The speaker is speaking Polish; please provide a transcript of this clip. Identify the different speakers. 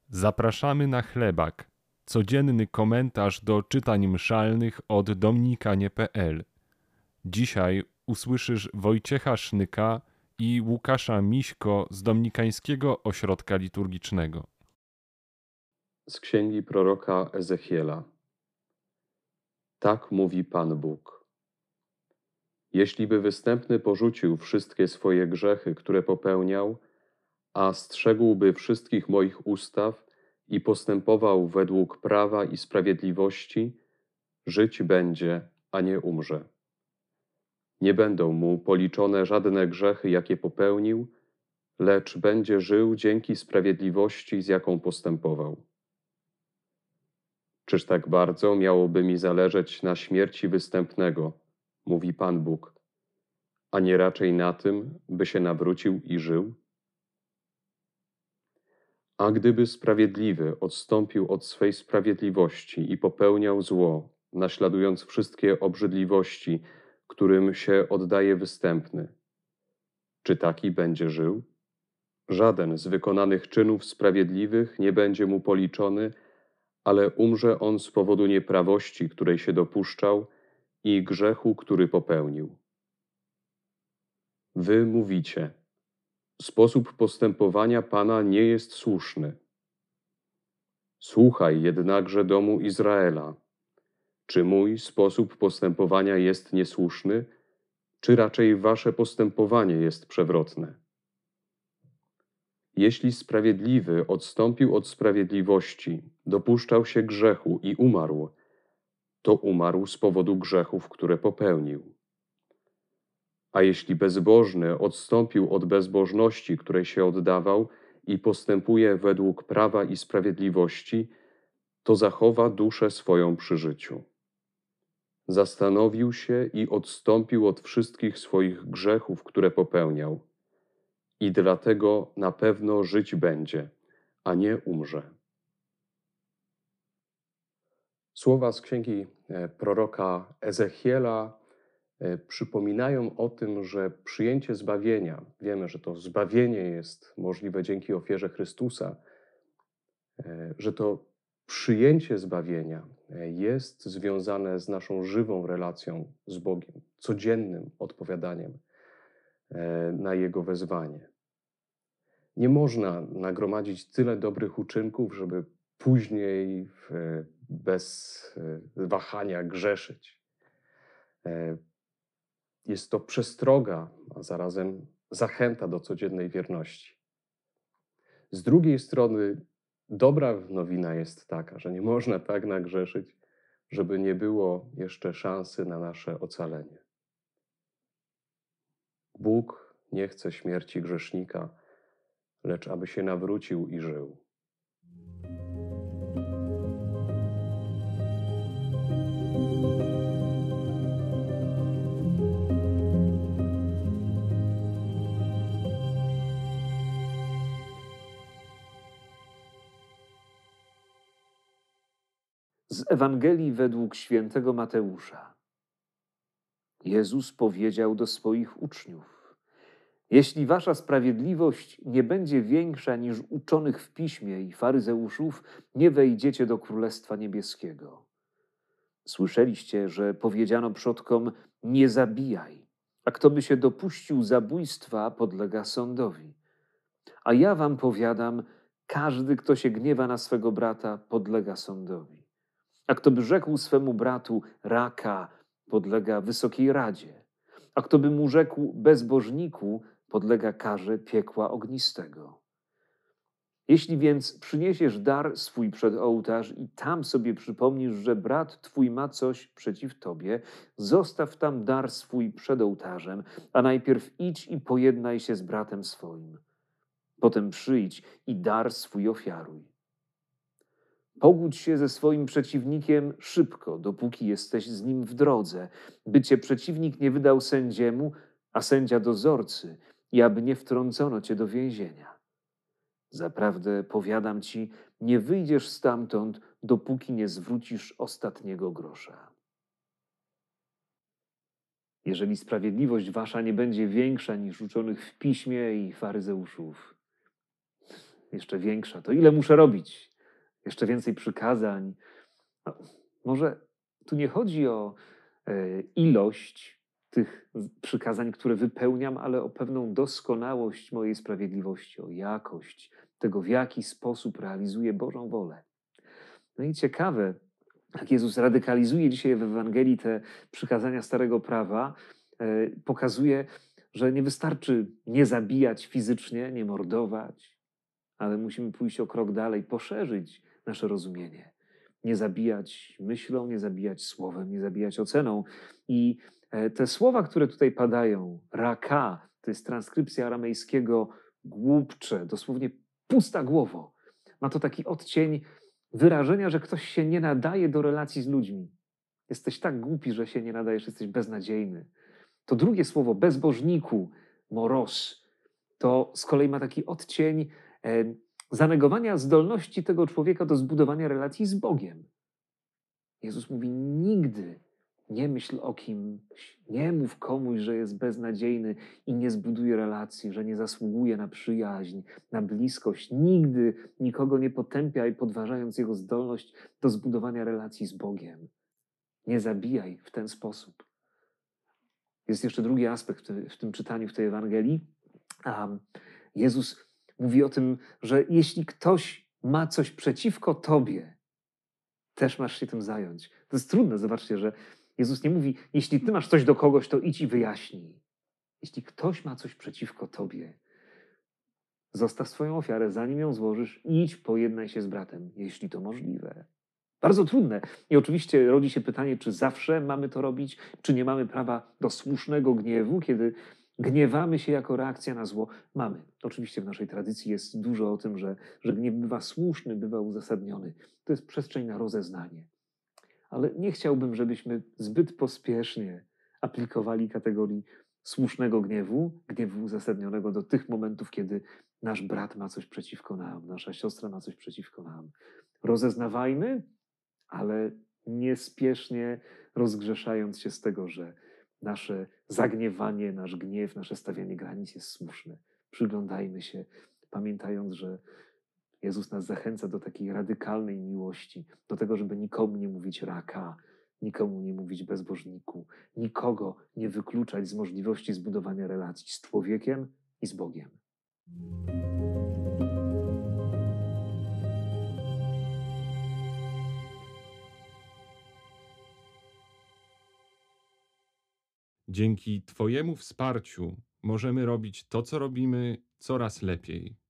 Speaker 1: Zapraszamy na chlebak. Codzienny komentarz do czytań mszalnych od dominikanie.pl. Dzisiaj usłyszysz Wojciecha Sznyka i Łukasza Miśko z Dominikańskiego Ośrodka Liturgicznego.
Speaker 2: Z księgi proroka Ezechiela. Tak mówi Pan Bóg. Jeśliby występny porzucił wszystkie swoje grzechy, które popełniał, a strzegłby wszystkich moich ustaw i postępował według prawa i sprawiedliwości, żyć będzie, a nie umrze. Nie będą mu policzone żadne grzechy, jakie popełnił, lecz będzie żył dzięki sprawiedliwości, z jaką postępował. Czyż tak bardzo miałoby mi zależeć na śmierci występnego, mówi Pan Bóg, a nie raczej na tym, by się nawrócił i żył? A gdyby sprawiedliwy odstąpił od swej sprawiedliwości i popełniał zło, naśladując wszystkie obrzydliwości, którym się oddaje występny, czy taki będzie żył? Żaden z wykonanych czynów sprawiedliwych nie będzie mu policzony, ale umrze on z powodu nieprawości, której się dopuszczał i grzechu, który popełnił. Wy mówicie, sposób postępowania Pana nie jest słuszny. Słuchaj jednakże domu Izraela. Czy mój sposób postępowania jest niesłuszny, czy raczej wasze postępowanie jest przewrotne? Jeśli sprawiedliwy odstąpił od sprawiedliwości, dopuszczał się grzechu i umarł, to umarł z powodu grzechów, które popełnił. A jeśli bezbożny odstąpił od bezbożności, której się oddawał i postępuje według prawa i sprawiedliwości, to zachowa duszę swoją przy życiu. Zastanowił się i odstąpił od wszystkich swoich grzechów, które popełniał, i dlatego na pewno żyć będzie, a nie umrze. Słowa z księgi proroka Ezechiela przypominają o tym, że przyjęcie zbawienia, wiemy, że to zbawienie jest możliwe dzięki ofierze Chrystusa, że to przyjęcie zbawienia jest związane z naszą żywą relacją z Bogiem, codziennym odpowiadaniem na Jego wezwanie. Nie można nagromadzić tyle dobrych uczynków, żeby później bez wahania grzeszyć. Jest to przestroga, a zarazem zachęta do codziennej wierności. Z drugiej strony dobra nowina jest taka, że nie można tak nagrzeszyć, żeby nie było jeszcze szansy na nasze ocalenie. Bóg nie chce śmierci grzesznika, lecz aby się nawrócił i żył.
Speaker 3: Z Ewangelii według świętego Mateusza. Jezus powiedział do swoich uczniów: jeśli wasza sprawiedliwość nie będzie większa niż uczonych w piśmie i faryzeuszów, nie wejdziecie do Królestwa Niebieskiego. Słyszeliście, że powiedziano przodkom: nie zabijaj, a kto by się dopuścił zabójstwa, podlega sądowi. A ja wam powiadam, każdy, kto się gniewa na swego brata, podlega sądowi. A kto by rzekł swemu bratu raka, podlega wysokiej radzie. A kto by mu rzekł bezbożniku, podlega karze piekła ognistego. Jeśli więc przyniesiesz dar swój przed ołtarz i tam sobie przypomnisz, że brat twój ma coś przeciw tobie, zostaw tam dar swój przed ołtarzem, a najpierw idź i pojednaj się z bratem swoim. Potem przyjdź i dar swój ofiaruj. Pogódź się ze swoim przeciwnikiem szybko, dopóki jesteś z nim w drodze, by cię przeciwnik nie wydał sędziemu, a sędzia dozorcy, i aby nie wtrącono cię do więzienia. Zaprawdę powiadam ci, nie wyjdziesz stamtąd, dopóki nie zwrócisz ostatniego grosza. Jeżeli sprawiedliwość wasza nie będzie większa niż uczonych w piśmie i faryzeuszów, jeszcze większa. To ile muszę robić? Jeszcze więcej przykazań. No, może tu nie chodzi o ilość tych przykazań, które wypełniam, ale o pewną doskonałość mojej sprawiedliwości, o jakość tego, w jaki sposób realizuję Bożą wolę. No i ciekawe, jak Jezus radykalizuje dzisiaj w Ewangelii te przykazania Starego Prawa, pokazuje, że nie wystarczy nie zabijać fizycznie, nie mordować, ale musimy pójść o krok dalej, poszerzyć nasze rozumienie. Nie zabijać myślą, nie zabijać słowem, nie zabijać oceną. I te słowa, które tutaj padają, raka, to jest transkrypcja aramejskiego głupcze, dosłownie pusta głowo. Ma to taki odcień wyrażenia, że ktoś się nie nadaje do relacji z ludźmi. Jesteś tak głupi, że się nie nadajesz, jesteś beznadziejny. To drugie słowo, bezbożniku, moros, to z kolei ma taki odcień zanegowania zdolności tego człowieka do zbudowania relacji z Bogiem. Jezus mówi, nigdy nie myśl o kimś, nie mów komuś, że jest beznadziejny i nie zbuduje relacji, że nie zasługuje na przyjaźń, na bliskość. Nigdy nikogo nie potępiaj, podważając jego zdolność do zbudowania relacji z Bogiem. Nie zabijaj w ten sposób. Jest jeszcze drugi aspekt w tym czytaniu, w tej Ewangelii. Jezus mówi o tym, że jeśli ktoś ma coś przeciwko tobie, też masz się tym zająć. To jest trudne, zobaczcie, że Jezus nie mówi, jeśli ty masz coś do kogoś, to idź i wyjaśnij. Jeśli ktoś ma coś przeciwko tobie, zostaw swoją ofiarę, zanim ją złożysz, idź, pojednaj się z bratem, jeśli to możliwe. Bardzo trudne. I oczywiście rodzi się pytanie, czy zawsze mamy to robić, czy nie mamy prawa do słusznego gniewu, kiedy gniewamy się jako reakcja na zło. Mamy. Oczywiście w naszej tradycji jest dużo o tym, że gniew bywa słuszny, bywa uzasadniony. To jest przestrzeń na rozeznanie. Ale nie chciałbym, żebyśmy zbyt pospiesznie aplikowali kategorii słusznego gniewu, gniewu uzasadnionego do tych momentów, kiedy nasz brat ma coś przeciwko nam, nasza siostra ma coś przeciwko nam. Rozeznawajmy, ale niespiesznie rozgrzeszając się z tego, że nasze zagniewanie, nasz gniew, nasze stawianie granic jest słuszne. Przyglądajmy się, pamiętając, że Jezus nas zachęca do takiej radykalnej miłości, do tego, żeby nikomu nie mówić raka, nikomu nie mówić bezbożniku, nikogo nie wykluczać z możliwości zbudowania relacji z człowiekiem i z Bogiem.
Speaker 1: Dzięki Twojemu wsparciu możemy robić to, co robimy, coraz lepiej.